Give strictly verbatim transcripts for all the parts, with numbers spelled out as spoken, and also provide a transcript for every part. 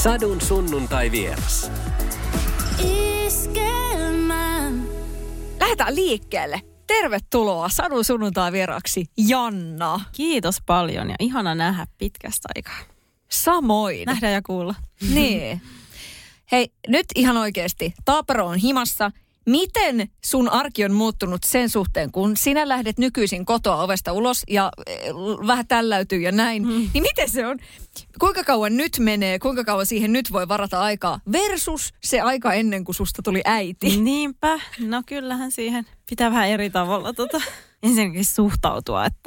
Sadun sunnuntai vieras. Lähdetään liikkeelle. Tervetuloa Sadun sunnuntai vieraksi, Janna. Kiitos paljon ja ihana nähdä pitkästä aikaa. Samoin. Nähdään ja kuulla. Niin. Hei, nyt ihan oikeasti. Taapero on himassa. Miten sun arki on muuttunut sen suhteen, kun sinä lähdet nykyisin kotoa ovesta ulos ja vähän tälläytyy ja näin, hmm. niin miten se on? Kuinka kauan nyt menee, kuinka kauan siihen nyt voi varata aikaa versus se aika ennen kuin susta tuli äiti? Niinpä, no kyllähän siihen pitää vähän eri tavalla tota, ensinnäkin suhtautua, että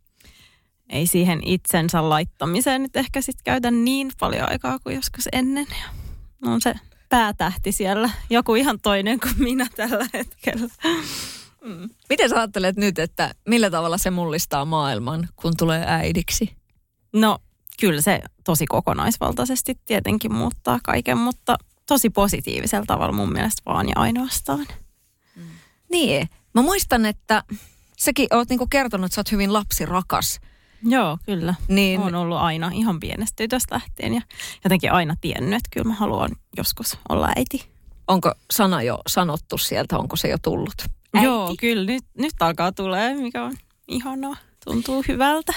ei siihen itsensä laittamiseen nyt ehkä sitten käytä niin paljon aikaa kuin joskus ennen. Ja on se päätähti siellä, joku ihan toinen kuin minä tällä hetkellä. Mm. Miten sä ajattelet nyt, että millä tavalla se mullistaa maailman, kun tulee äidiksi? No kyllä se tosi kokonaisvaltaisesti tietenkin muuttaa kaiken, mutta tosi positiivisella tavalla mun mielestä vaan ja ainoastaan. Mm. Niin, mä muistan, että säkin oot niinku kertonut, että sä oot hyvin lapsirakas. Joo, kyllä. Niin, olen ollut aina ihan pienestä tytöstä lähtien ja jotenkin aina tiennyt, että kyllä mä haluan joskus olla äiti. Onko sana jo sanottu sieltä, onko se jo tullut? Äiti? Joo, kyllä. Nyt, nyt alkaa tulee, mikä on ihanaa. Tuntuu hyvältä.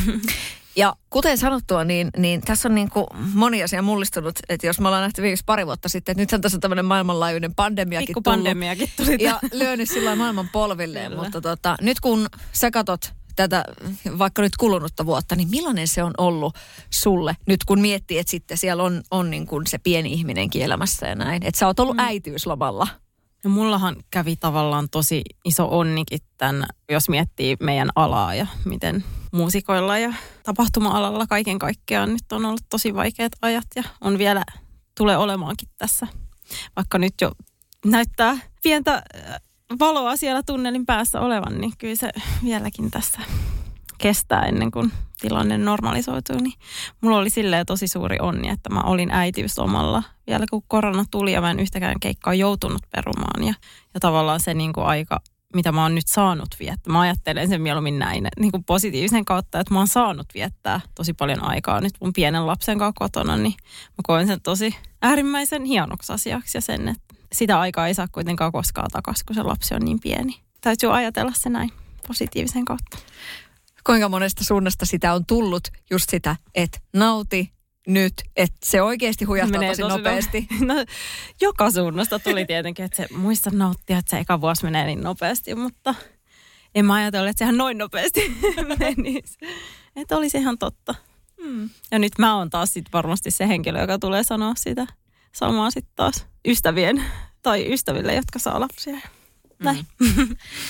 Ja kuten sanottua, niin, niin tässä on niin kuin moni asia mullistunut, että jos me ollaan nähty viimeksi pari vuotta sitten, että nythän tässä on tämmöinen maailmanlaajuinen pandemiakin Pikku tullut. pandemiakin tuli. Ja lyönyt sillä maailman polvilleen, kyllä. Mutta tota, nyt kun sä katot tätä vaikka nyt kulunutta vuotta, niin millainen se on ollut sulle nyt, kun miettii, että sitten siellä on, on niin kuin se pieni ihminenkin elämässä ja näin. Että sä oot ollut mm. äitiyslomalla. No mullahan kävi tavallaan tosi iso onnikin tämän, jos miettii meidän alaa ja miten muusikoilla ja tapahtuma-alalla kaiken kaikkiaan nyt on ollut tosi vaikeat ajat ja on vielä, tulee olemaankin tässä. Vaikka nyt jo näyttää pientä valoa siellä tunnelin päässä olevan, niin kyllä se vieläkin tässä kestää ennen kuin tilanne normalisoituu. Niin mulla oli silleen tosi suuri onni, että mä olin äitiyslomalla vielä kun korona tuli ja mä en yhtäkään keikkaa joutunut perumaan. Ja, ja tavallaan se niin kuin aika, mitä mä oon nyt saanut viettää. Mä ajattelen sen mieluummin näin niin kuin positiivisen kautta, että mä oon saanut viettää tosi paljon aikaa nyt mun pienen lapsen kanssa kotona. Niin mä koen sen tosi äärimmäisen hienoksi asiaksi ja sen, että sitä aikaa ei saa kuitenkaan koskaan takaisin, kun se lapsi on niin pieni. Täytyy ajatella se näin positiivisen kautta. Kuinka monesta suunnasta sitä on tullut just sitä, että nauti nyt, että se oikeasti hujahtaa tosi, tosi nopeasti? No, joka suunnasta tuli tietenkin, että se muista nauttia, että se eka vuosi menee niin nopeasti, mutta en mä ajatella, että sehän noin nopeasti menisi. Että olisi ihan totta. Hmm. Ja nyt mä oon taas sit varmasti se henkilö, joka tulee sanoa sitä samaa sitten taas ystävien tai ystäville, jotka saa lapsia. Näin. Mm.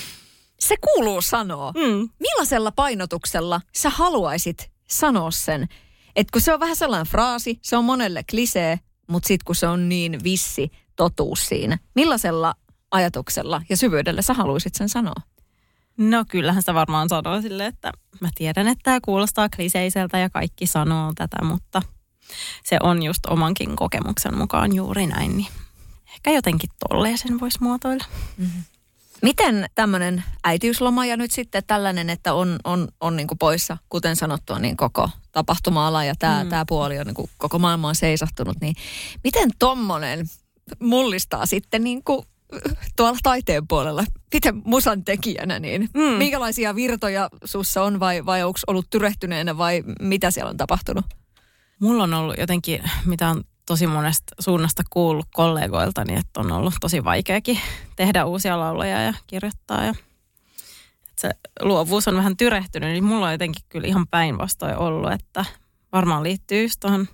Se kuuluu sanoa. Mm. Millaisella painotuksella sä haluaisit sanoa sen? Että kun se on vähän sellainen fraasi, se on monelle klisee, mutta sitten kun se on niin vissi totuus siinä. Millaisella ajatuksella ja syvyydellä sä haluaisit sen sanoa? No kyllähän sitä varmaan sanoo silleen, että mä tiedän, että tämä kuulostaa kliseiseltä ja kaikki sanoo tätä, mutta se on just omankin kokemuksen mukaan juuri näin, niin ehkä jotenkin tolleen sen voisi muotoilla. Mm-hmm. Miten tämmöinen äitiysloma ja nyt sitten tällainen, että on, on, on niin kuin poissa, kuten sanottua, niin koko tapahtuma-ala ja tämä, mm. tämä puoli on niin kuin koko maailma on seisahtunut, niin miten tommonen mullistaa sitten niin kuin tuolla taiteen puolella? Miten musan tekijänä, niin mm. minkälaisia virtoja sussa on vai, vai onko ollut tyrehtyneenä vai mitä siellä on tapahtunut? Mulla on ollut jotenkin, mitä on tosi monesta suunnasta kuullut kollegoiltani, että on ollut tosi vaikeakin tehdä uusia lauluja ja kirjoittaa. Ja että se luovuus on vähän tyrehtynyt, niin mulla on jotenkin kyllä ihan päinvastoin ollut, että varmaan liittyy just tuohon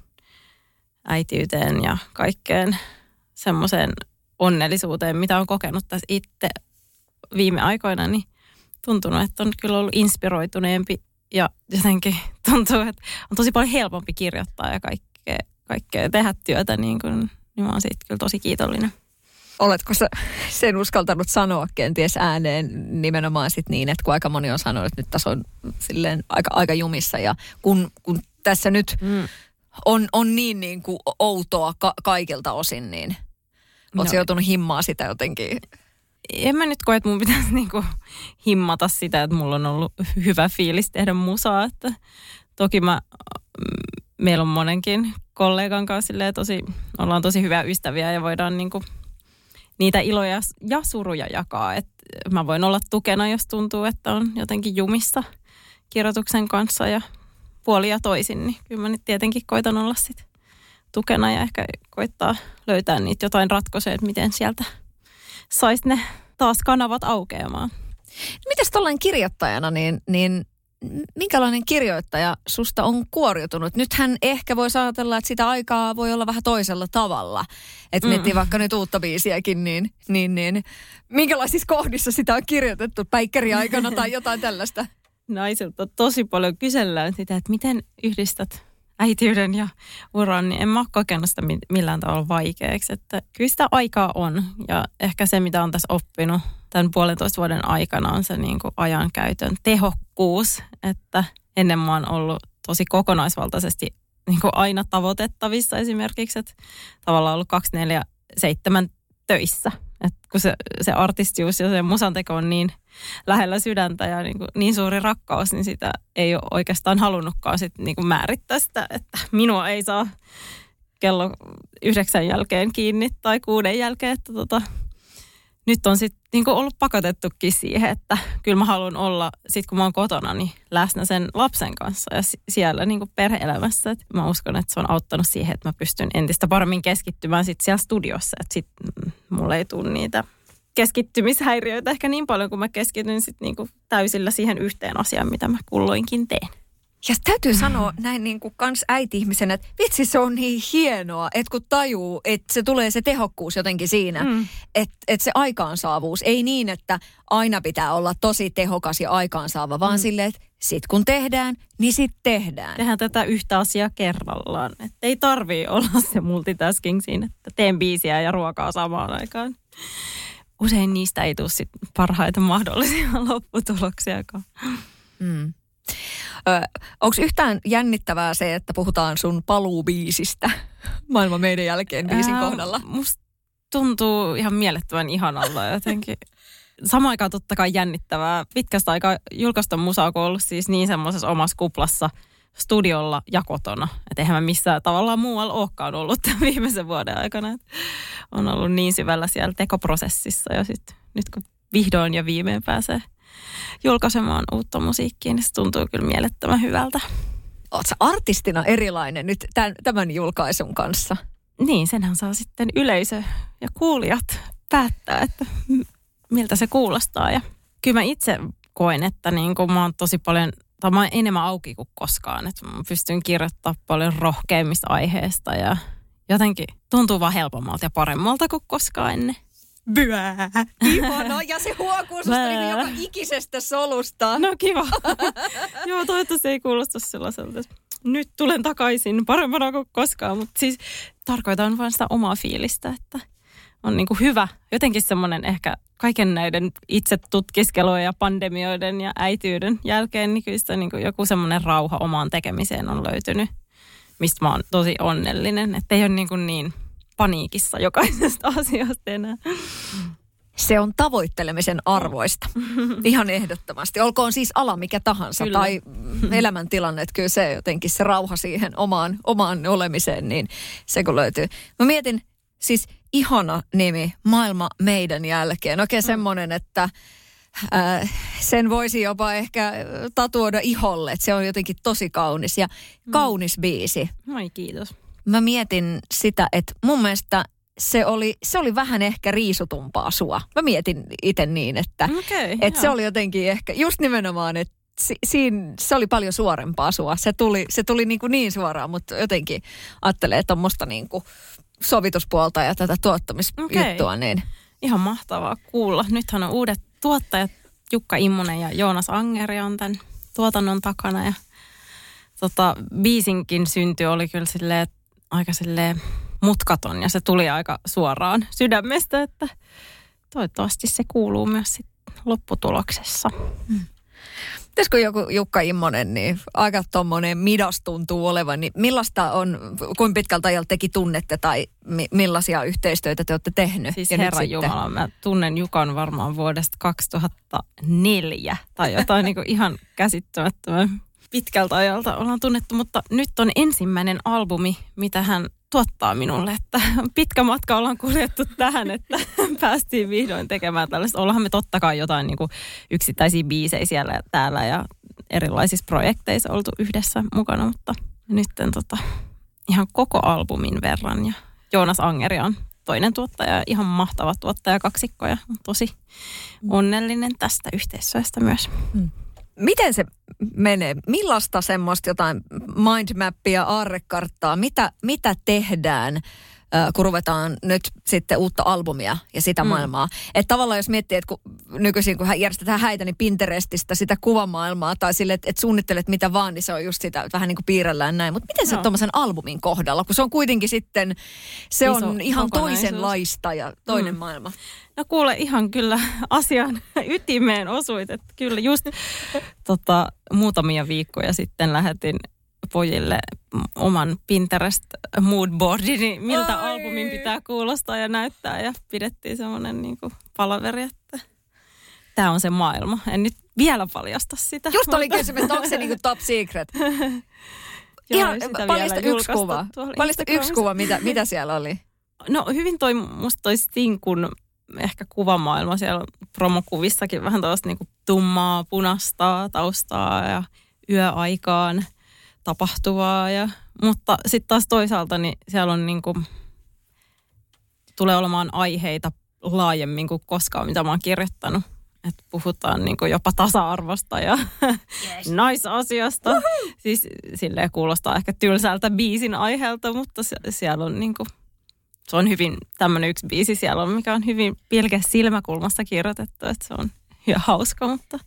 äitiyteen ja kaikkeen semmoiseen onnellisuuteen, mitä on kokenut tässä itse viime aikoina, niin tuntunut, että on kyllä ollut inspiroituneempi ja jotenkin tuntuu, että on tosi paljon helpompi kirjoittaa ja kaikkea. kaikkea tehdä työtä, niin, kuin, niin mä oon siitä kyllä tosi kiitollinen. Oletko sä sen uskaltanut sanoa kenties ääneen nimenomaan sit niin, että kun aika moni on sanonut, että nyt tässä on silleen aika, aika jumissa ja kun, kun tässä nyt mm. on, on niin, niin kuin outoa ka- kaikilta osin, niin ootko no, joutunut himmaa sitä jotenkin? En mä nyt koe, että mun pitäisi niinku himmata sitä, että mulla on ollut hyvä fiilis tehdä musaa, että toki mä, meillä on monenkin kollegan kanssa silleen tosi, ollaan tosi hyviä ystäviä ja voidaan niin kuin niitä iloja ja suruja jakaa. Et mä voin olla tukena, jos tuntuu, että on jotenkin jumissa kirjoituksen kanssa ja puoli ja toisin, niin kyllä mä nyt tietenkin koitan olla sit tukena ja ehkä koittaa löytää niitä jotain ratkaisuja, että miten sieltä saisi ne taas kanavat aukeamaan. Mites tollain kirjoittajana, niin, niin minkälainen kirjoittaja susta on kuoriutunut? Nythän ehkä voi ajatella, että sitä aikaa voi olla vähän toisella tavalla. Että mm. miettii vaikka nyt uutta biisiäkin, niin, niin, niin minkälaisissa kohdissa sitä on kirjoitettu päikkäriaikana tai jotain tällaista? Naisilta tosi paljon kysellään sitä, että miten yhdistät äitiyden ja uran, niin en mä ole kokenut sitä millään tavalla vaikeaksi. Että kyllä sitä aikaa on ja ehkä se, mitä on tässä oppinut tämän puolentoista vuoden aikana on se niin kuin ajankäytön tehokkuus, että ennen mä oon ollut tosi kokonaisvaltaisesti niin kuin aina tavoitettavissa esimerkiksi, että tavallaan ollut kaksikymmentäneljä seitsemän töissä. Että kun se, se artistius ja se musanteko on niin lähellä sydäntä ja niin, kuin niin suuri rakkaus, niin sitä ei ole oikeastaan halunnutkaan sit niin kuin määrittää sitä, että minua ei saa kello yhdeksän jälkeen kiinni tai kuuden jälkeen, että tota, nyt on sitten niinku ollut pakotettukin siihen, että kyllä mä haluan olla, sit kun mä oon kotona, niin läsnä sen lapsen kanssa ja siellä niinku perhe-elämässä. Et mä uskon, että se on auttanut siihen, että mä pystyn entistä paremmin keskittymään sit siellä studiossa. Että sit mulle ei tule niitä keskittymishäiriöitä ehkä niin paljon, kun mä keskityn sit niinku täysillä siihen yhteen asiaan, mitä mä kulloinkin teen. Ja täytyy sanoa näin niin kuin kans äiti-ihmisenä, että vitsi se on niin hienoa, että kun tajuu, että se tulee se tehokkuus jotenkin siinä, mm. että, että se aikaansaavuus ei niin, että aina pitää olla tosi tehokas ja aikaansaava, vaan mm. silleen, että sit kun tehdään, niin sit tehdään. Tehdään tätä yhtä asiaa kerrallaan, että ei tarvii olla se multitasking siinä, että teen biisiä ja ruokaa samaan aikaan. Usein niistä ei tule sit parhaita mahdollisia lopputuloksiakaan. Mm. Onko yhtään jännittävää se, että puhutaan sun paluubiisistä Maailma meidän jälkeen biisin Ää, kohdalla? Musta tuntuu ihan mielettömän ihanalta jotenkin. Samaan aikaan totta kai jännittävää. Pitkästä aikaa julkaista musaa, kun on ollut siis niin semmoisessa omassa kuplassa studiolla ja kotona. Että eihän mä missään tavallaan muualla olekaan ollut tämän viimeisen vuoden aikana. Et on ollut niin syvällä siellä tekoprosessissa ja sit, nyt kun vihdoin ja viimein pääsee julkaisemaan uutta musiikkia, niin se tuntuu kyllä mielettömän hyvältä. Oot sä artistina erilainen nyt tämän, tämän julkaisun kanssa? Niin, senhän saa sitten yleisö ja kuulijat päättää, että miltä se kuulostaa. Ja kyllä mä itse koen, että niin kun mä oon tosi paljon, tai mä oon enemmän auki kuin koskaan, että mä pystyn kirjoittamaan paljon rohkeimmista aiheista ja jotenkin tuntuu vaan helpommalta ja paremmalta kuin koskaan ennen. Byää. Ihana. Ja se huokuu susta niin joka ikisestä solusta. No kiva. Joo, toivottavasti ei kuulosta sellaiselta, että nyt tulen takaisin parempana kuin koskaan. Mutta siis tarkoitan vain sitä omaa fiilistä, että on niinku hyvä. Jotenkin semmoinen ehkä kaiken näiden itse tutkiskelujen ja pandemioiden ja äityyden jälkeen, niin kyllä sitä niinku joku semmoinen rauha omaan tekemiseen on löytynyt, mistä mä oon tosi onnellinen. Että ei ole niinku niin paniikissa jokaisesta asiasta enää. Se on tavoittelemisen arvoista. Ihan ehdottomasti. Olkoon siis ala mikä tahansa kyllä. Tai elämäntilanne, että kyllä se jotenkin se rauha siihen omaan, omaan olemiseen, niin se kun löytyy. Mä mietin siis ihana nimi, Maailma meidän jälkeen. Oikein mm. semmoinen, että äh, sen voisi jopa ehkä tatuoida iholle, että se on jotenkin tosi kaunis ja mm. kaunis biisi. Ai kiitos. Mä mietin sitä, että mun mielestä se oli, se oli vähän ehkä riisutumpaa sua. Mä mietin itse niin, että, okay, että se oli jotenkin ehkä just nimenomaan, että si, siinä, se oli paljon suorempaa sua. Se tuli, se tuli niin, kuin niin suoraan, mutta jotenkin ajattelee tuommoista niin kuin sovituspuolta ja tätä tuottamisjuttua. Okay. Niin. Ihan mahtavaa kuulla. Nythän on uudet tuottajat, Jukka Immonen ja Joonas Angeri on tämän tuotannon takana. Ja tota, biisinkin synty oli kyllä silleen, aika silleen mutkaton ja se tuli aika suoraan sydämestä, että toivottavasti se kuuluu myös sit lopputuloksessa. Hmm. Pitäisikö joku Jukka Immonen, niin aika tommoinen midas tuntuu olevan, niin millaista on, kuinka pitkältä ajalta teki tunnette tai mi- millaisia yhteistyötä te olette tehnyt? Siis Herran Jumala, mä tunnen Jukan varmaan vuodesta kaksituhattaneljä tai jotain niin kuin ihan käsittämättömän pitkältä ajalta ollaan tunnettu, mutta nyt on ensimmäinen albumi, mitä hän tuottaa minulle, että pitkä matka ollaan kuljettu tähän, että päästiin vihdoin tekemään tällaista. Ollaanhan me totta kai jotain niin kuin yksittäisiä biisejä siellä ja täällä ja erilaisissa projekteissa oltu yhdessä mukana, mutta nyt tota, ihan koko albumin verran. Ja Joonas Angeri on toinen tuottaja, ihan mahtava tuottaja kaksikko ja tosi onnellinen tästä yhteistyöstä myös. Mm. Miten se menee? Millaista semmoista jotain mindmappia, aarrekarttaa, mitä, mitä tehdään, äh, kun ruvetaan nyt sitten uutta albumia ja sitä mm. maailmaa? Että tavallaan jos miettii, että kun nykyisin kun järjestetään häitä, niin Pinterestistä sitä kuvamaailmaa tai sille, että, että suunnittelet mitä vaan, niin se on just sitä, että vähän niin kuin piirrellään näin. Mutta miten se no. tuommoisen albumin kohdalla, kun se on kuitenkin sitten, se Iso on ihan toisenlaista ja toinen mm. maailma. No kuule, ihan kyllä asian ytimeen osuit, että kyllä just tota, muutamia viikkoja sitten lähetin pojille oman Pinterest moodboardini, miltä Ai. albumin pitää kuulostaa ja näyttää ja pidettiin semmoinen niin kuin palaveri, että tämä on se maailma. En nyt vielä paljasta sitä. Just oli kysymys, että onko se niin kuin top secret? Ihan paljasta yksi kuva. Paljasta yksi kuva, mitä, mitä siellä oli? No hyvin toi, musta toi Stinkun ehkä kuvamaailma siellä promokuvissakin vähän tuollaista niinku tummaa, punaista taustaa ja yöaikaan tapahtuvaa. Ja, mutta sitten taas toisaalta niin siellä on niinku, tulee olemaan aiheita laajemmin kuin koskaan, mitä mä oon kirjoittanut. Että puhutaan niinku jopa tasa-arvosta ja yes. naisasiasta. Woohoo! Siis silleen kuulostaa ehkä tylsältä biisin aiheelta, mutta se, siellä on niinku... Se on hyvin, tämmöinen yksi biisi siellä on, mikä on hyvin pilkeä silmäkulmassa kirjoitettu, että se on hyvin hauska, mutta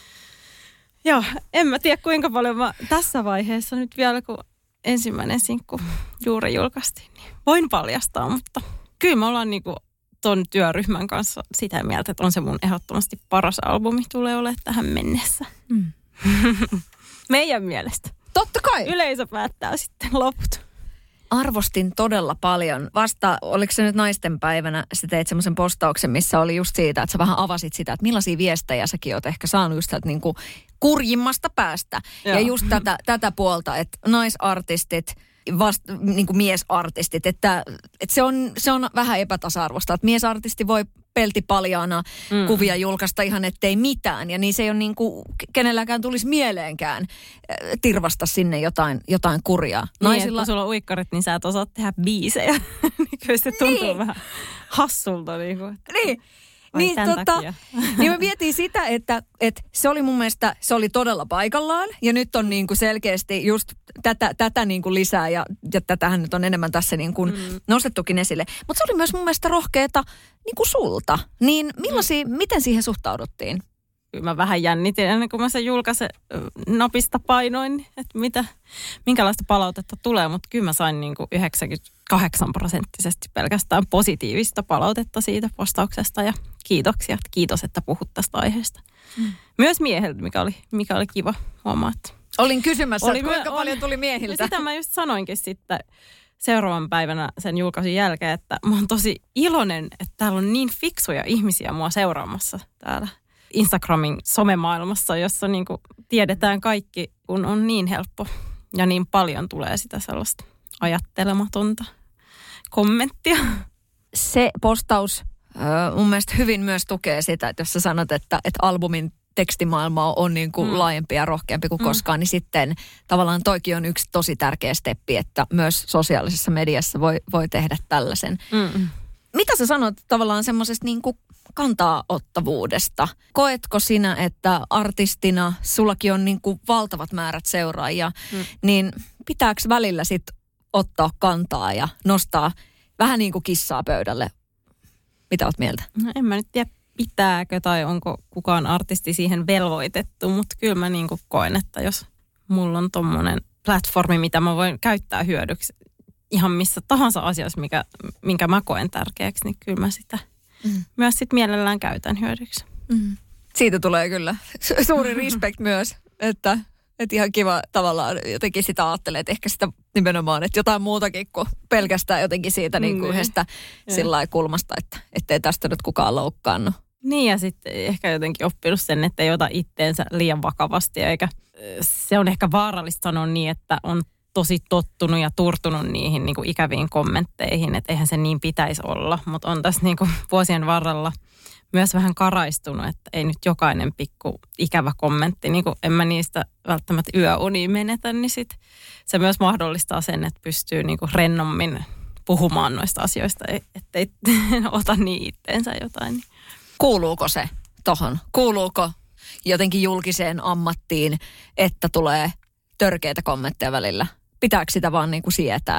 joo, en mä tiedä kuinka paljon mä tässä vaiheessa nyt vielä, kun ensimmäinen sinkku juuri julkaistiin, niin voin paljastaa, mutta kyllä me ollaan niinku ton työryhmän kanssa sitä mieltä, että on se mun ehdottomasti paras albumi, tulee olemaan tähän mennessä. Mm. Meidän mielestä. Totta kai. Yleisö päättää sitten loput. Arvostin todella paljon. Vasta, oliko se nyt naistenpäivänä, sä teit semmoisen postauksen, missä oli just siitä, että sä vähän avasit sitä, että millaisia viestejä säkin oot ehkä saanut just täältä niin kuin kurjimmasta päästä. Joo. Ja just tätä, tätä puolta, että naisartistit, vasta, niin kuin miesartistit, että, että se, on, se on vähän epätasa-arvosta, että miesartisti voi peltipaljaana mm. kuvia julkaista ihan ettei mitään. Ja niin se ei ole niin kuin kenelläkään tulisi mieleenkään tirvasta sinne jotain, jotain kurjaa. Naisilla... Niin, kun sulla on uikkarit, niin sä et osaa tehdä biisejä. Kyllä se tuntuu niin. vähän hassulta. Niin, kuin, että... niin. Niin, tota, niin me vietiin sitä, että, että se oli mun mielestä, se oli todella paikallaan. Ja nyt on niin kuin selkeästi just tätä, tätä niin kuin lisää ja, ja tätähän nyt on enemmän tässä niin kuin mm. nostettukin esille. Mutta se oli myös mun mielestä rohkeata niin kuin sulta. Niin millaisia, mm. miten siihen suhtauduttiin? Kyllä mä vähän jännitin ennen kuin mä sen julkaisen napista painoin, että mitä, minkälaista palautetta tulee. Mutta kyllä mä sain niin kuin yhdeksänkymmentäkahdeksan prosenttisesti pelkästään positiivista palautetta siitä postauksesta ja kiitoksia. Kiitos, että puhut tästä aiheesta. Mm. Myös mieheltä, mikä oli, mikä oli kiva huomaa. Olin kysymässä, oli, kuinka oli, paljon tuli miehiltä. Sitä mä just sanoinkin sitten seuraavan päivänä sen julkaisun jälkeen, että mä oon tosi iloinen, että täällä on niin fiksuja ihmisiä mua seuraamassa täällä Instagramin somemaailmassa, jossa niin kuin tiedetään kaikki, kun on niin helppo ja niin paljon tulee sitä sellaista ajattelematonta kommenttia. Se postaus äh, mun mielestä hyvin myös tukee sitä, että jos sä sanot, että, että albumin tekstimaailma on niin kuin mm. laajempi ja rohkeampi kuin mm. koskaan, niin sitten tavallaan toikin on yksi tosi tärkeä steppi, että myös sosiaalisessa mediassa voi, voi tehdä tällaisen. Mm. Mitä sä sanot tavallaan semmoisesta niin kuin kantaa-ottavuudesta? Koetko sinä, että artistina sullakin on niin kuin valtavat määrät seuraajia, mm. niin pitääkö välillä sitten ottaa kantaa ja nostaa vähän niin kuin kissaa pöydälle? Mitä oot mieltä? No en mä nyt tiedä pitääkö tai onko kukaan artisti siihen velvoitettu, mutta kyllä mä niin kuin koen, että jos mulla on tommonen platformi, mitä mä voin käyttää hyödyksi ihan missä tahansa asiassa, mikä, minkä mä koen tärkeäksi, niin kyllä mä sitä mm. myös sit mielellään käytän hyödyksi. Mm. Siitä tulee kyllä suuri respect myös, että, että ihan kiva tavallaan jotenkin sitä ajattelee, että ehkä sitä nimenomaan, että jotain muutakin kuin pelkästään jotenkin siitä niin kuin yhdestä sillä kulmasta, että ettei tästä nyt kukaan loukkaannut. Niin ja sitten ehkä jotenkin oppinut sen, että ei ota itteensä liian vakavasti eikä se on ehkä vaarallista sanoa niin, että on tosi tottunut ja turtunut niihin niin kuin ikäviin kommentteihin, että eihän se niin pitäisi olla. Mutta on tässä niin kuin vuosien varrella myös vähän karaistunut, että ei nyt jokainen pikku ikävä kommentti, niin kuin en mä niistä välttämättä yöuniin menetä, niin sit se myös mahdollistaa sen, että pystyy niin kuin rennommin puhumaan noista asioista, ettei ota niin itteensä jotain. Kuuluuko se tohon? Kuuluuko jotenkin julkiseen ammattiin, että tulee törkeitä kommentteja välillä? Pitääkö sitä vaan niin kuin sietää?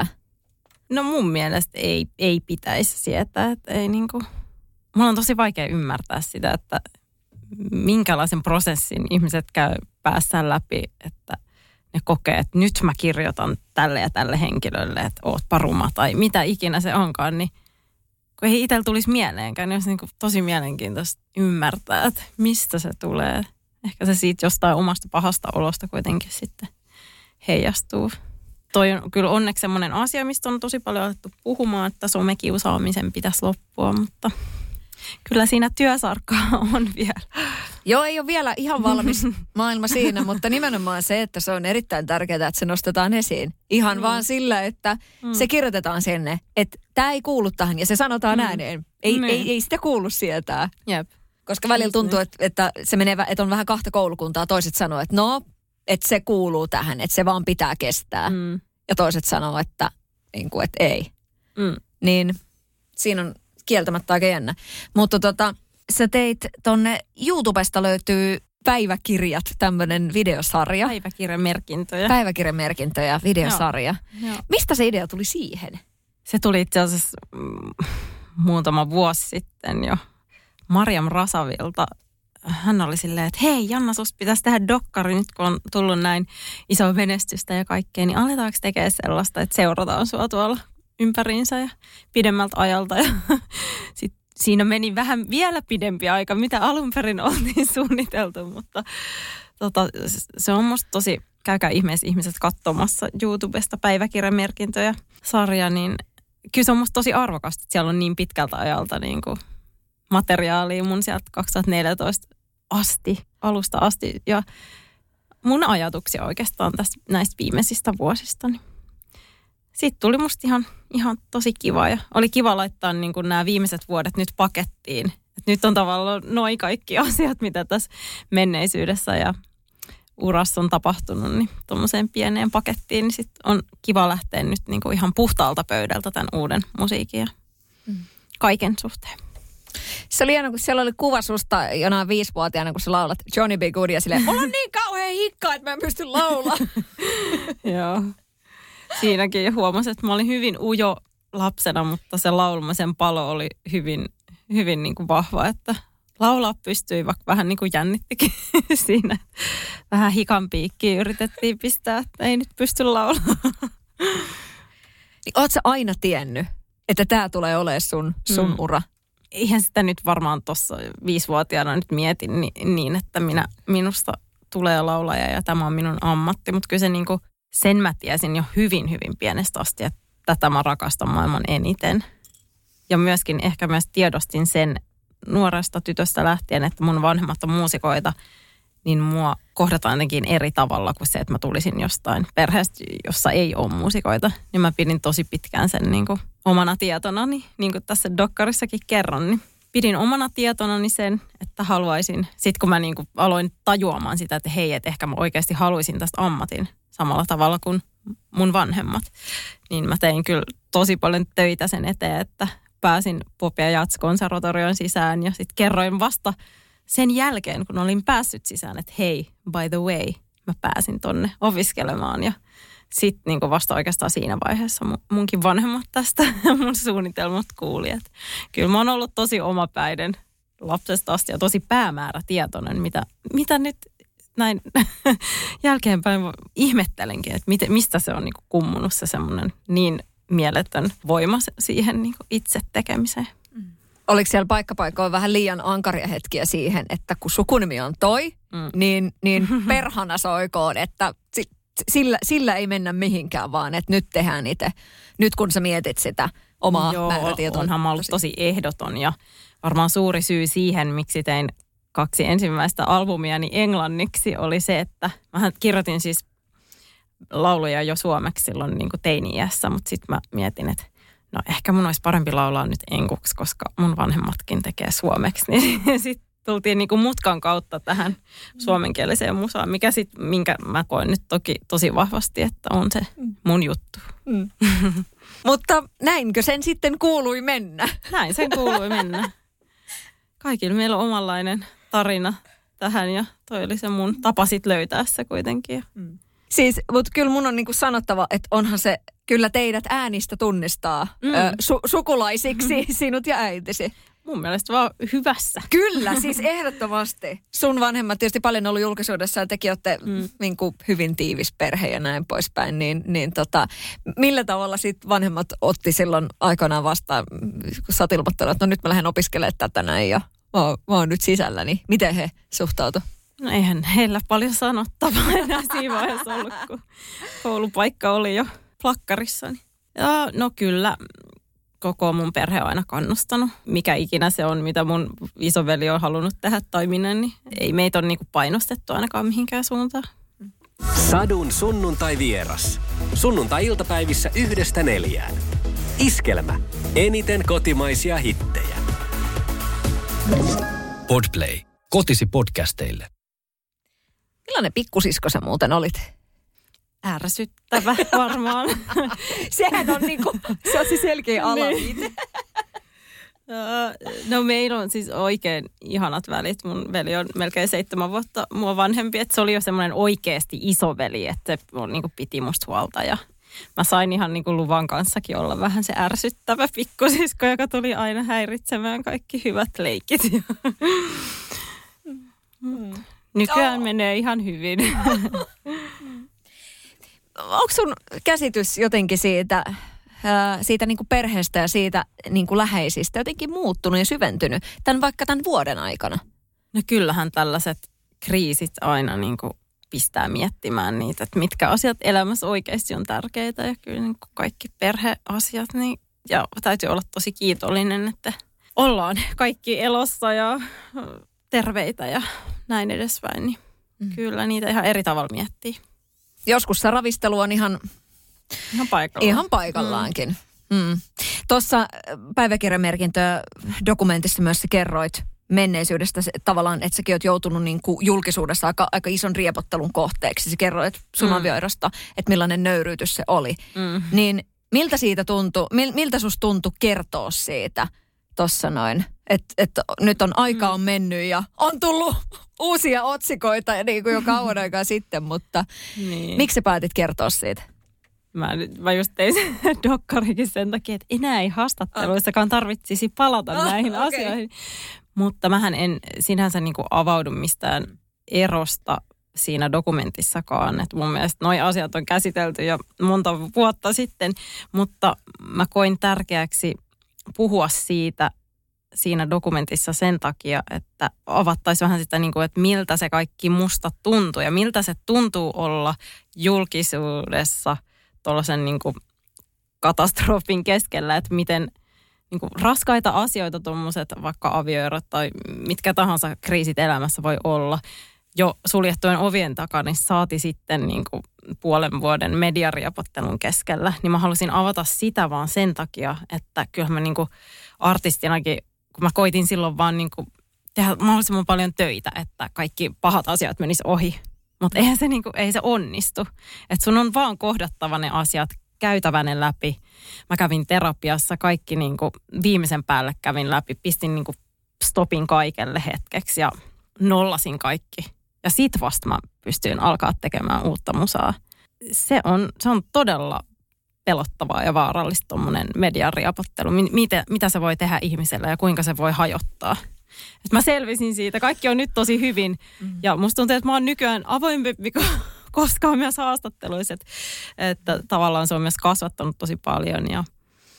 No mun mielestä ei, ei pitäisi sietää, että ei niin kuin... Mulla on tosi vaikea ymmärtää sitä, että minkälaisen prosessin ihmiset käy päässään läpi, että ne kokee, että nyt mä kirjoitan tälle ja tälle henkilölle, että oot paruma tai mitä ikinä se onkaan, niin kun ei itsellä tulisi mieleenkään, niin olisi niin kuin tosi mielenkiintoista ymmärtää, että mistä se tulee. Ehkä se siitä jostain omasta pahasta olosta kuitenkin sitten heijastuu. Toi on kyllä onneksi semmoinen asia, mistä on tosi paljon alettu puhumaan, että somekiusaamisen pitäisi loppua, mutta kyllä siinä työsarkaa on vielä. Joo, ei ole vielä ihan valmis maailma siinä, mutta nimenomaan se, että se on erittäin tärkeää, että se nostetaan esiin. Ihan mm. vaan sillä, että mm. se kirjoitetaan sinne, että tämä ei kuulu tähän ja se sanotaan mm. ääneen. Ei, Niin. ei, ei sitä kuulu sietää. Jep. Koska välillä tuntuu, että, että se menee, että on vähän kahta koulukuntaa. Toiset sanoo, että no, että se kuuluu tähän, että se vaan pitää kestää. Mm. Ja toiset sanoo, että, niin kuin, että ei. Mm. Niin siinä on kieltämättä aika jännä. Mutta tota, sä teit tonne YouTubesta löytyy Päiväkirjat, tämmöinen videosarja. Päiväkirjamerkintöjä. Päiväkirjamerkintöjä, videosarja. Joo. Joo. Mistä se idea tuli siihen? Se tuli itse asiassa mm, muutama vuosi sitten jo Marjam Rasavilta. Hän oli silleen, että hei Janna, susta pitäisi tehdä dokkari nyt, kun on tullut näin iso menestystä ja kaikkea, niin aletaanko tekemään sellaista, että seurataan sua tuolla ympäriinsä ja pidemmältä ajalta. Ja sitten siinä meni vähän vielä pidempi aika, mitä alun perin oltiin suunniteltu, mutta tota, se on musta tosi, käykää ihmeessä ihmiset katsomassa YouTubesta Päiväkirjamerkintöjä sarja, niin kyllä se on musta tosi arvokasta, että siellä on niin pitkältä ajalta niin kuin materiaalia mun sieltä kaksituhattaneljätoista asti, alusta asti ja mun ajatuksia oikeastaan tästä näistä viimeisistä vuosista, niin sitten tuli musta ihan, ihan tosi kiva ja oli kiva laittaa niin kuin nämä viimeiset vuodet nyt pakettiin. Et nyt on tavallaan noi kaikki asiat, mitä tässä menneisyydessä ja urassa on tapahtunut, niin tuommoiseen pieneen pakettiin, niin sitten on kiva lähteä nyt niin kuin ihan puhtaalta pöydältä tämän uuden musiikin ja kaiken suhteen. Se oli hieno, kun siellä oli kuva susta jonain viisivuotiaana, kun sä laulat Johnny B. Good ja silleen, mulla on niin kauhean hikka, että mä en pysty laulaa. Joo. Siinäkin huomasin, että mä olin hyvin ujo lapsena, mutta se laulmisen palo oli hyvin, hyvin niin kuin vahva, että laulaa pystyi, vaikka vähän niin kuin jännittikin siinä. Vähän hikan piikkiin yritettiin pistää, että ei nyt pysty laulamaan. Ootko sä aina tiennyt, että tää tulee olemaan sun, sun mm. ura? Eihän sitä nyt varmaan tuossa viisivuotiaana nyt mietin niin, että minä, minusta tulee laulaja ja tämä on minun ammatti, mutta kyllä se niin kuin sen mä tiesin jo hyvin, hyvin pienestä asti, että tätä mä rakastan maailman eniten. Ja myöskin ehkä myös tiedostin sen nuoresta tytöstä lähtien, että mun vanhemmat on muusikoita, niin mua kohdataan jotenkin eri tavalla kuin se, että mä tulisin jostain perheestä, jossa ei ole muusikoita. Niin mä pidin tosi pitkään sen niin kuin omana tietonani, niin kuin tässä dokkarissakin kerron, niin pidin omana tietonani sen, että haluaisin, sit kun mä niin kuin aloin tajuamaan sitä, että hei, että ehkä mä oikeasti haluaisin tästä ammatin samalla tavalla kuin mun vanhemmat, niin mä tein kyllä tosi paljon töitä sen eteen, että pääsin Pop- ja Jazz-konservatorion sisään ja sitten kerroin vasta sen jälkeen, kun olin päässyt sisään, että hei, by the way, mä pääsin tonne opiskelemaan ja sitten niin vasta oikeastaan siinä vaiheessa munkin vanhemmat tästä mun suunnitelmat kuuli. Että kyllä mä oon ollut tosi omapäinen lapsesta asti ja tosi päämäärätietoinen, mitä, mitä nyt näin jälkeenpäin ihmettelenkin, että mit, mistä se on niin kummunut se semmoinen niin mieletön voima siihen niin itse tekemiseen. Mm. Oliko siellä paikkapaikoilla vähän liian ankaria hetkiä siihen, että kun sukunimi on toi, mm. niin, niin perhana soikoon, että sillä, sillä ei mennä mihinkään, vaan että nyt tehdään itse. Nyt kun sä mietit sitä omaa Joo, määrätietoa. onhan mä ollut tosi ehdoton ja varmaan suuri syy siihen, miksi tein kaksi ensimmäistä albumiani englanniksi oli se, että mähän kirjoitin siis lauluja jo suomeksi silloin niin kuin teini-iässä, mutta sitten mä mietin, että no ehkä mun olisi parempi laulaa nyt enkuksi, koska mun vanhemmatkin tekee suomeksi. Niin sitten tultiin niin kuin mutkan kautta tähän suomenkieliseen musaan, mikä sit, minkä mä koen nyt toki tosi vahvasti, että on se mun juttu. Mm. Mutta näinkö sen sitten kuului mennä? Näin sen kuului mennä. Kaikilla meillä on omanlainen tarina tähän ja toi oli se mun tapa sit löytää se kuitenkin. Mm. Siis, mutta kyllä mun on niinku sanottava, että onhan se, kyllä teidät äänistä tunnistaa mm. ö, su- sukulaisiksi sinut ja äitisi. Mun mielestä vaan hyvässä. Kyllä, siis ehdottomasti. Sun vanhemmat tietysti paljon ollut julkisuudessa ja tekin olette mm. niin kuin hyvin tiivis perhe ja näin poispäin. Niin, niin tota, millä tavalla sit vanhemmat otti silloin aikanaan vastaan, kun sä oot ilmoittanut, että no nyt mä lähden opiskelemaan tätä näin ja mä oon, mä oon nyt sisällä, niin miten he suhtautu? No eihän heillä paljon sanottavaa enää siinä vaiheessa ollut, kun koulupaikka oli jo plakkarissani. Ja no kyllä, koko mun perhe on aina kannustanut. Mikä ikinä se on, mitä mun isoveli on halunnut tehdä tai minä, niin ei meitä ole niinku painostettu ainakaan mihinkään suuntaan. Sadun sunnuntai vieras. Sunnuntai-iltapäivissä yhdestä neljään. Iskelmä. Eniten kotimaisia hittejä. Podplay. Kotisi podcasteille. Millainen pikkusisko sä muuten olit? Ärsyttävä varmaan. Sehän on niinku, se on se selkeä alaviite. No meillä on siis oikein ihanat välit. Mun veli on melkein seitsemän vuotta mua vanhempi. Että se oli jo semmoinen oikeasti isoveli, että se niinku piti musta huolta. Ja mä sain ihan niinku luvan kanssakin olla vähän se ärsyttävä pikkusisko, joka tuli aina häiritsemään kaikki hyvät leikit. Mm. Nykyään oh. menee ihan hyvin. Onko sun käsitys jotenkin siitä, siitä niin kuin perheestä ja siitä niin kuin läheisistä jotenkin muuttunut ja syventynyt tämän vaikka tämän vuoden aikana? No kyllähän tällaiset kriisit aina niin kuin pistää miettimään niitä, että mitkä asiat elämässä oikeasti on tärkeitä. Ja kyllä niin kuin kaikki perheasiat, niin ja täytyy olla tosi kiitollinen, että ollaan kaikki elossa ja terveitä ja näin edespäin. Niin mm. kyllä niitä ihan eri tavalla miettii. Joskus se ravistelu on ihan, ihan, paikallaan. ihan paikallaankin. Mm. Mm. Tuossa päiväkirjamerkintöä dokumentissa myös sä kerroit menneisyydestä tavallaan, että säkin oot joutunut niin kuin julkisuudessa aika, aika ison riepottelun kohteeksi. Sä kerroit sun mm. avioerosta, että millainen nöyryytys se oli. Mm. Niin miltä siitä tuntui, mil, miltä susta tuntui kertoa siitä tuossa noin? Että et nyt on aika on mennyt ja on tullut uusia otsikoita niin kuin jo kauan aikaa sitten, mutta niin. Miksi sä päätit kertoa siitä? Mä, mä just tein sen dokkarikin sen takia, että enää ei haastatteluissakaan tarvitsisi palata ah, näihin okay. asioihin. Mutta mähän en sinänsä niin kuin avaudu mistään erosta siinä dokumentissakaan. Että mun mielestä noi asiat on käsitelty jo monta vuotta sitten, mutta mä koin tärkeäksi puhua siitä siinä dokumentissa sen takia, että avattaisiin vähän sitä, niin kuin, että miltä se kaikki musta tuntuu ja miltä se tuntuu olla julkisuudessa tuollaisen niin kuin katastrofin keskellä, että miten niin kuin raskaita asioita tuommoiset vaikka avioerot tai mitkä tahansa kriisit elämässä voi olla jo suljettujen ovien takana, niin saati sitten niin kuin puolen vuoden mediariapottelun keskellä, niin mä halusin avata sitä vaan sen takia, että kyllä mä niin kuin artistinakin, kun mä koitin silloin vaan niin kuin tehdä mahdollisimman paljon töitä, että kaikki pahat asiat menis ohi. Mutta eihän se, niin kuin, ei se onnistu. Että sun on vaan kohdattava ne asiat, käytävä ne läpi. Mä kävin terapiassa, kaikki niin kuin viimeisen päälle kävin läpi, pistin niin kuin stopin kaikelle hetkeksi ja nollasin kaikki. Ja sit vasta mä pystyin alkaa tekemään uutta musaa. Se on, se on todella pelottavaa ja vaarallista tommonen mediariapottelu. Mitä, mitä se voi tehdä ihmiselle ja kuinka se voi hajottaa. Et mä selvisin siitä. Kaikki on nyt tosi hyvin. Mm-hmm. Ja musta tuntuu, että mä oon nykyään avoimempi kuin koskaan myös haastatteluissa. Että, että tavallaan se on myös kasvattanut tosi paljon. Ja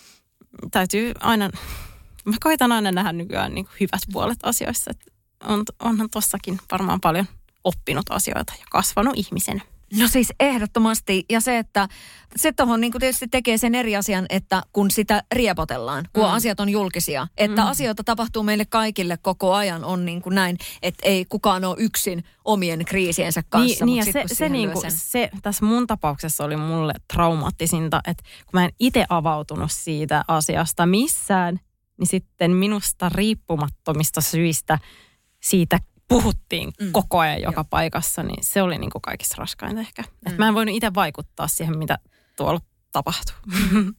täytyy aina, mä koitan aina nähdä nykyään niin kuin hyvät puolet asioissa. Että on, onhan tossakin varmaan paljon oppinut asioita ja kasvanut ihmisen. No siis ehdottomasti. Ja se, että se tuohon niin tietysti tekee sen eri asian, että kun sitä riepotellaan, kun mm. asiat on julkisia. Että mm. asioita tapahtuu meille kaikille koko ajan on niin kuin näin, että ei kukaan ole yksin omien kriisiensä kanssa. Niin, niin ja se, se, niin kuin, se tässä mun tapauksessa oli mulle traumaattisinta, että kun mä en itse avautunut siitä asiasta missään, niin sitten minusta riippumattomista syistä siitä puhuttiin mm. koko ajan joka Joo. paikassa, niin se oli niin kuin kaikista raskainta ehkä. Mm. Että mä en voinut itse vaikuttaa siihen, mitä tuolla tapahtuu. Mm.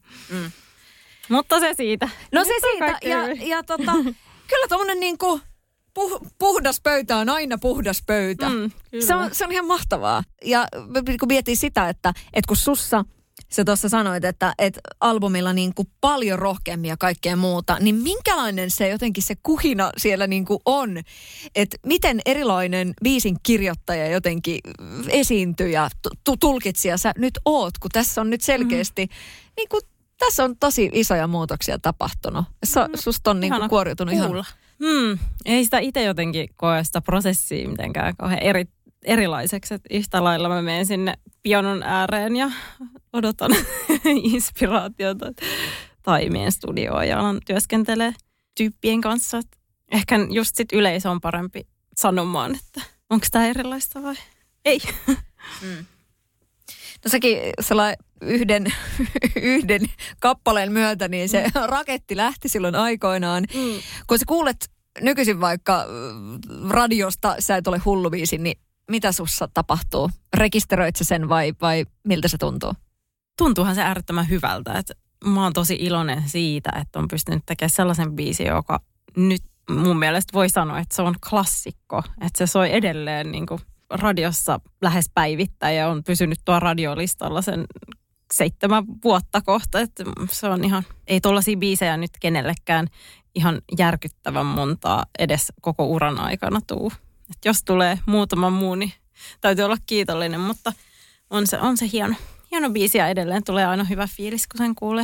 Mutta se siitä. No se siitä. Ja, ja tota, kyllä tommonen niin kuin puh, puhdas pöytä on aina puhdas pöytä. Mm, se, on, se on ihan mahtavaa. Ja kun miettii sitä, että, että kun sussa sä tuossa sanoit, että, että albumilla niin kuin paljon rohkeammin ja kaikkea muuta, niin minkälainen se jotenkin se kuhina siellä niin kuin on? Että miten erilainen biisin kirjoittaja jotenkin esiintyy ja t- tulkitsija sä nyt oot, kun tässä on nyt selkeästi, mm. niin kuin, tässä on tosi isoja muutoksia tapahtunut. Sä, susta on niin kuin kuoriutunut kuulla. ihan... Hmm. Ei sitä itse jotenkin koe sitä prosessia mitenkään kauhean eri, erilaiseksi, että yhtä lailla mä menen sinne pianon ääreen ja odotan inspiraatiota tai meidän studioon ja alan työskentelee tyyppien kanssa. Ehkä just sit yleisö on parempi sanomaan, että onko tämä erilaista vai ei. Mm. No säkin sellainen yhden, yhden kappaleen myötä, niin se mm. raketti lähti silloin aikoinaan. Mm. Kun sä kuulet nykyisin vaikka radiosta, sä et ole hullubiisi, niin mitä sussa tapahtuu? Rekisteröit sä sen vai, vai miltä se tuntuu? Tuntuuhan se äärettömän hyvältä. Että mä oon tosi iloinen siitä, että on pystynyt tekemään sellaisen biisin, joka nyt mun mielestä voi sanoa, että se on klassikko. Että se soi edelleen niin kuin radiossa lähes päivittäin ja on pysynyt tuo radiolistalla sen seitsemän vuotta kohta. Että se on ihan, ei tollaisia biisejä nyt kenellekään ihan järkyttävän montaa edes koko uran aikana tuu. Että jos tulee muutama muu, niin täytyy olla kiitollinen, mutta on se, on se hieno. Hieno biisi ja edelleen tulee aina hyvä fiilis, kun sen kuulee.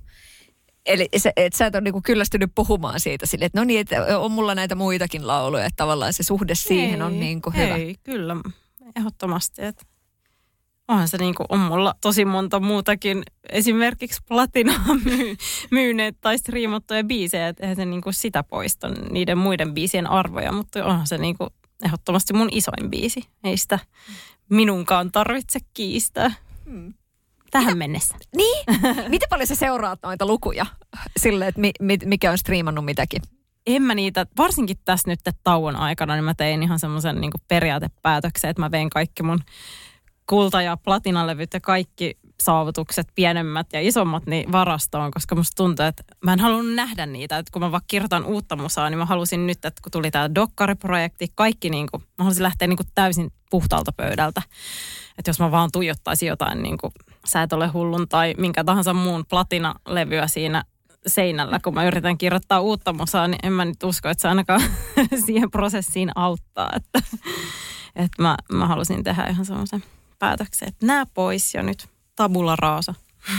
Eli se, et sä et ole niinku kyllästynyt puhumaan siitä sille, että no niin, että on mulla näitä muitakin lauluja, että tavallaan se suhde siihen ei, on niinku hyvä. Ei, kyllä, ehdottomasti. Että onhan se niinku, on mulla tosi monta muutakin, esimerkiksi platinaa myy, myyneet tai striimattuja biisejä, että eihän se niinku sitä poista niiden muiden biisien arvoja, mutta onhan se niinku ehdottomasti mun isoin biisi. Ei sitä minunkaan tarvitse kiistää. Hmm. Tähän Mitä, mennessä. Niin? Miten paljon sä seuraat noita lukuja sille, että mi, mi, mikä on striimannut mitäkin? En mä niitä, varsinkin tässä nyt tauon aikana, niin mä tein ihan semmoisen niin kuin periaatepäätöksen, että mä vein kaikki mun kulta- ja platinalevyt ja kaikki saavutukset, pienemmät ja isommat, niin varastoon, koska musta tuntuu, että mä en halunnut nähdä niitä. Että kun mä vaikka kirjoitan uutta musaa, niin mä halusin nyt, että kun tuli tää dokkariprojekti, kaikki niin kuin, mä halusin lähteä niin kuin täysin puhtaalta pöydältä. Että jos mä vaan tuijottaisin jotain niin kuin Sä et ole hullun tai minkä tahansa muun platinalevyä siinä seinällä, kun mä yritän kirjoittaa uutta musaa, niin en mä nyt usko, että se ainakaan siihen prosessiin auttaa. Että, että mä, mä halusin tehdä ihan semmoisen päätöksen, että nää pois ja nyt tabula raasa.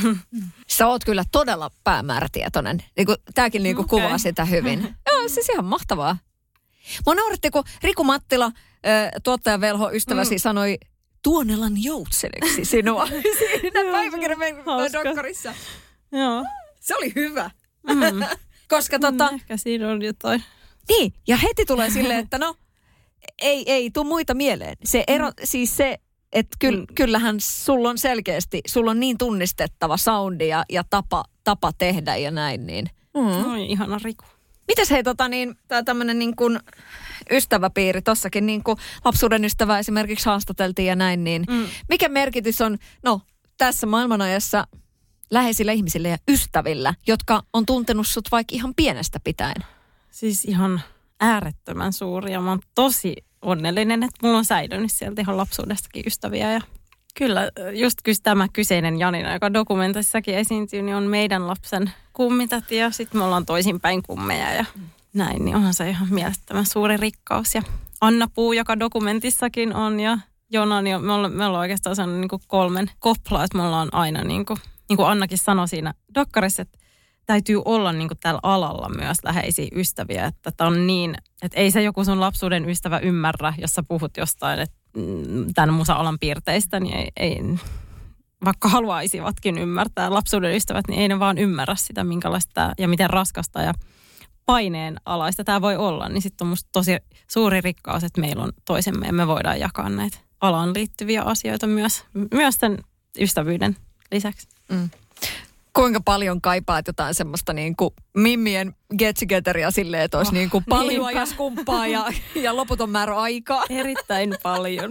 Sä oot kyllä todella päämäärätietoinen. Niin tääkin niin okay. kuvaa sitä hyvin. Joo, siis ihan mahtavaa. Mua nauratti, kun Riku Mattila, tuottajavelho ystäväsi, mm. sanoi Tuonelan joutseleksi sinua siinä päiväkirjan dokkarissa. Joo. Se oli hyvä. Mm. Koska tota... Ehkä siinä on jotain. Niin, ja heti tulee silleen, että no, ei, ei tuu muita mieleen. Se ero, mm. siis se, että kyll, mm. kyllähän sulla on selkeästi, sulla on niin tunnistettava soundi ja, ja tapa, tapa tehdä ja näin, niin. Mm. Oi, ihana Riku. Mites hei tota niin, tää tämmönen niin kuin ystäväpiiri, tossakin niin kuin lapsuuden ystävä esimerkiksi haastateltiin ja näin, niin mm. mikä merkitys on, no tässä maailmanajassa läheisillä ihmisillä ja ystävillä, jotka on tuntenut sut vaikka ihan pienestä pitäen? Siis ihan äärettömän suuri ja mä oon tosi onnellinen, että mulla on säilynyt sieltä ihan lapsuudestakin ystäviä ja kyllä just kyllä tämä kyseinen Janina, joka dokumentissakin esiintyy, niin on meidän lapsen kummitäti ja sitten me ollaan toisinpäin kummeja ja näin, niin onhan se ihan mielettömän suuri rikkaus. Ja Anna Puu, joka dokumentissakin on ja Jona, niin me ollaan, me ollaan oikeastaan sellainen niin kuin kolmen kopla, että me ollaan aina niin kuin, niin kuin Annakin sanoi siinä dokkarissa, että täytyy olla niin kuin tällä alalla myös läheisiä ystäviä, että tämä on niin, että ei se joku sun lapsuuden ystävä ymmärrä, jos sä puhut jostain, että tämän musa-alan piirteistä, niin ei, ei, vaikka haluaisivatkin ymmärtää lapsuuden ystävät, niin ei ne vaan ymmärrä sitä, minkälaista ja miten raskasta ja paineen alaista tämä voi olla. Niin sitten on musta tosi suuri rikkaus, että meillä on toisemme ja me voidaan jakaa näitä alaan liittyviä asioita myös, myös sen ystävyyden lisäksi. Mm. Kuinka paljon kaipaat jotain semmoista niin kuin mimmien get togetheria silleen, että olisi oh, niin kuin paljon ja skumppaa ja, ja loputon määrä aikaa? Erittäin paljon.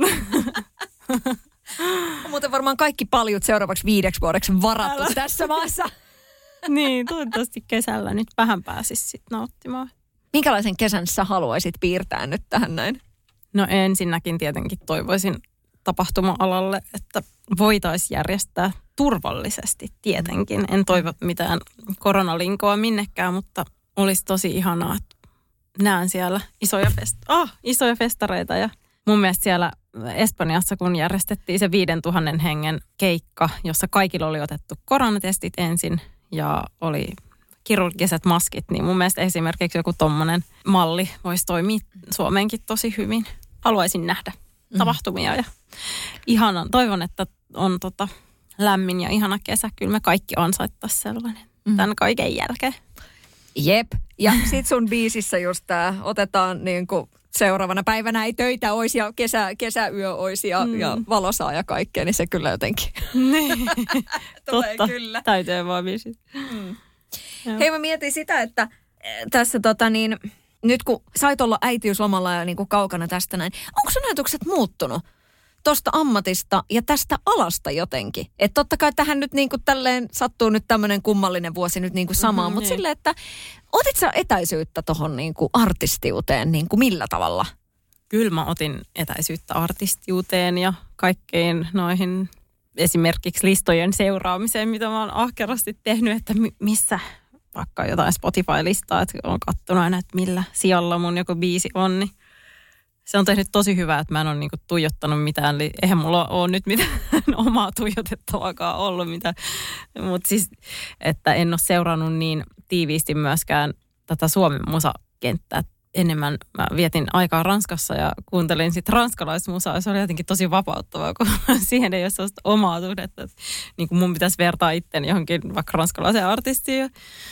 On muuten varmaan kaikki paljut seuraavaksi viideksi vuodeksi varattu Älä. tässä maassa. Niin, toivottavasti kesällä nyt vähän pääsisi sitten nauttimaan. Minkälaisen kesän sä haluaisit piirtää nyt tähän näin? No ensinnäkin tietenkin toivoisin tapahtuma-alalle, että voitaisiin järjestää turvallisesti tietenkin. En toivo mitään koronalinkoa minnekään, mutta olisi tosi ihanaa, että näen siellä isoja, fest- oh, isoja festareita. Ja mun mielestä siellä Espanjassa, kun järjestettiin se viidentuhannen hengen keikka, jossa kaikilla oli otettu koronatestit ensin ja oli kirurgiset maskit, niin mun mielestä esimerkiksi joku tommonen malli voisi toimia Suomeenkin tosi hyvin. Haluaisin nähdä tapahtumia ja ihanan. Toivon, että on tota lämmin ja ihana kesä. Kyllä me kaikki ansaittaisiin sellainen mm. tämän kaiken jälkeen. Jep. Ja sit sun biisissä just tää otetaan niin kuin seuraavana päivänä ei töitä olisi ja kesä, kesäyö olisi ja, mm. ja valosaa ja kaikkea, niin se kyllä jotenkin niin. tulee Totta. kyllä. Täytyy vaan biisi. Mm. Hei, mä mietin sitä, että tässä tota niin, nyt kun sait olla äitiyslomalla ja niin kuin kaukana tästä näin, onko sun ajatukset muuttunut tuosta ammatista ja tästä alasta jotenkin? Että totta kai tähän nyt niin kuin tälleen sattuu nyt tämmöinen kummallinen vuosi nyt niin kuin samaan, mm-hmm, mutta silleen, että otit sä etäisyyttä tohon niin kuin artistiuteen niin kuin millä tavalla? Kyllä mä otin etäisyyttä artistiuteen ja kaikkein noihin esimerkiksi listojen seuraamiseen, mitä mä oon ahkerasti tehnyt, että missä vaikka jotain Spotify-listaa, että on katsonut aina, että millä sijalla mun joku biisi on, niin se on tehnyt tosi hyvää, että mä en ole niinku tuijottanut mitään, eli eihän mulla ole nyt mitään omaa tuijotettavaakaan ollut, mitä, mutta siis, että en ole seurannut niin tiiviisti myöskään tätä Suomen musakenttää. Enemmän mä vietin aikaa Ranskassa ja kuuntelin sitten ranskalaismusaa, ja se oli jotenkin tosi vapauttavaa, kun siihen ei ole sellaista omaa suhdetta, että niin kuin mun pitäisi vertaa itteni johonkin vaikka ranskalaiseen artistiin.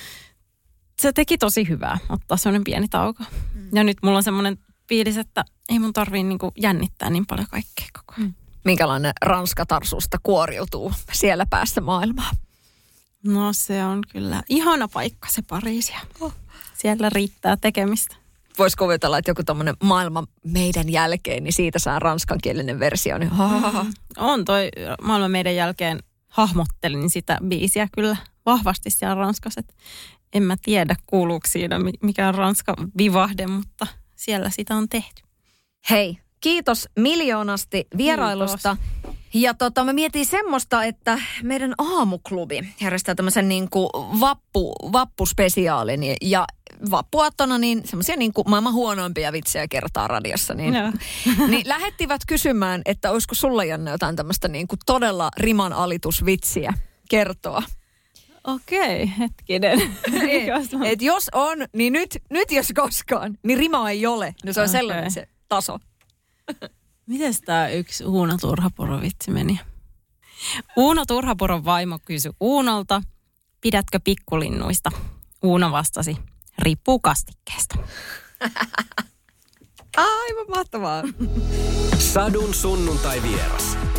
Se teki tosi hyvää ottaa sellainen pieni tauko. Mm. Ja nyt mulla on semmoinen fiilis, että ei mun tarvii niinku jännittää niin paljon kaikkea koko ajan. Mm. Minkälainen ranskatarsusta kuoriutuu siellä päässä maailmaa? No se on kyllä ihana paikka se Pariisi. Oh. Siellä riittää tekemistä. Voisi kuvitella, että joku tommoinen maailma meidän jälkeen, niin siitä saa ranskankielinen versio. Niin mm. On toi maailma meidän jälkeen, hahmottelin sitä biisiä kyllä vahvasti siellä Ranskassa. En mä tiedä, kuuluuko siinä mikään ranska vivahde, mutta siellä sitä on tehty. Hei, kiitos miljoonasti vierailusta. Kiitos. Ja tota, mä mietin semmoista, että meidän aamuklubi järjestää tämmöisen niin kuin vappu, vappuspesiaalin. Ja vappuaattona niin semmoisia niin kuin maailman huonoimpia vitsejä kertaa radiossa. Niin, no. niin lähettivät kysymään, että olisiko sulla, Janne, jotain tämmöistä niin kuin todella riman alitusvitsiä kertoa. Okei, hetkinen. et, et jos on, niin nyt, nyt jos koskaan, niin rima ei ole. No se on okay. Sellainen se taso. Mites tää yksi Uuno Turhapuro vitsi meni? Uuno Turhapuron vaimo kysyi Uunolta, pidätkö pikkulinnuista? Uuno vastasi, riippuu kastikkeesta. Aivan mahtavaa. Sadun sunnuntai vieras.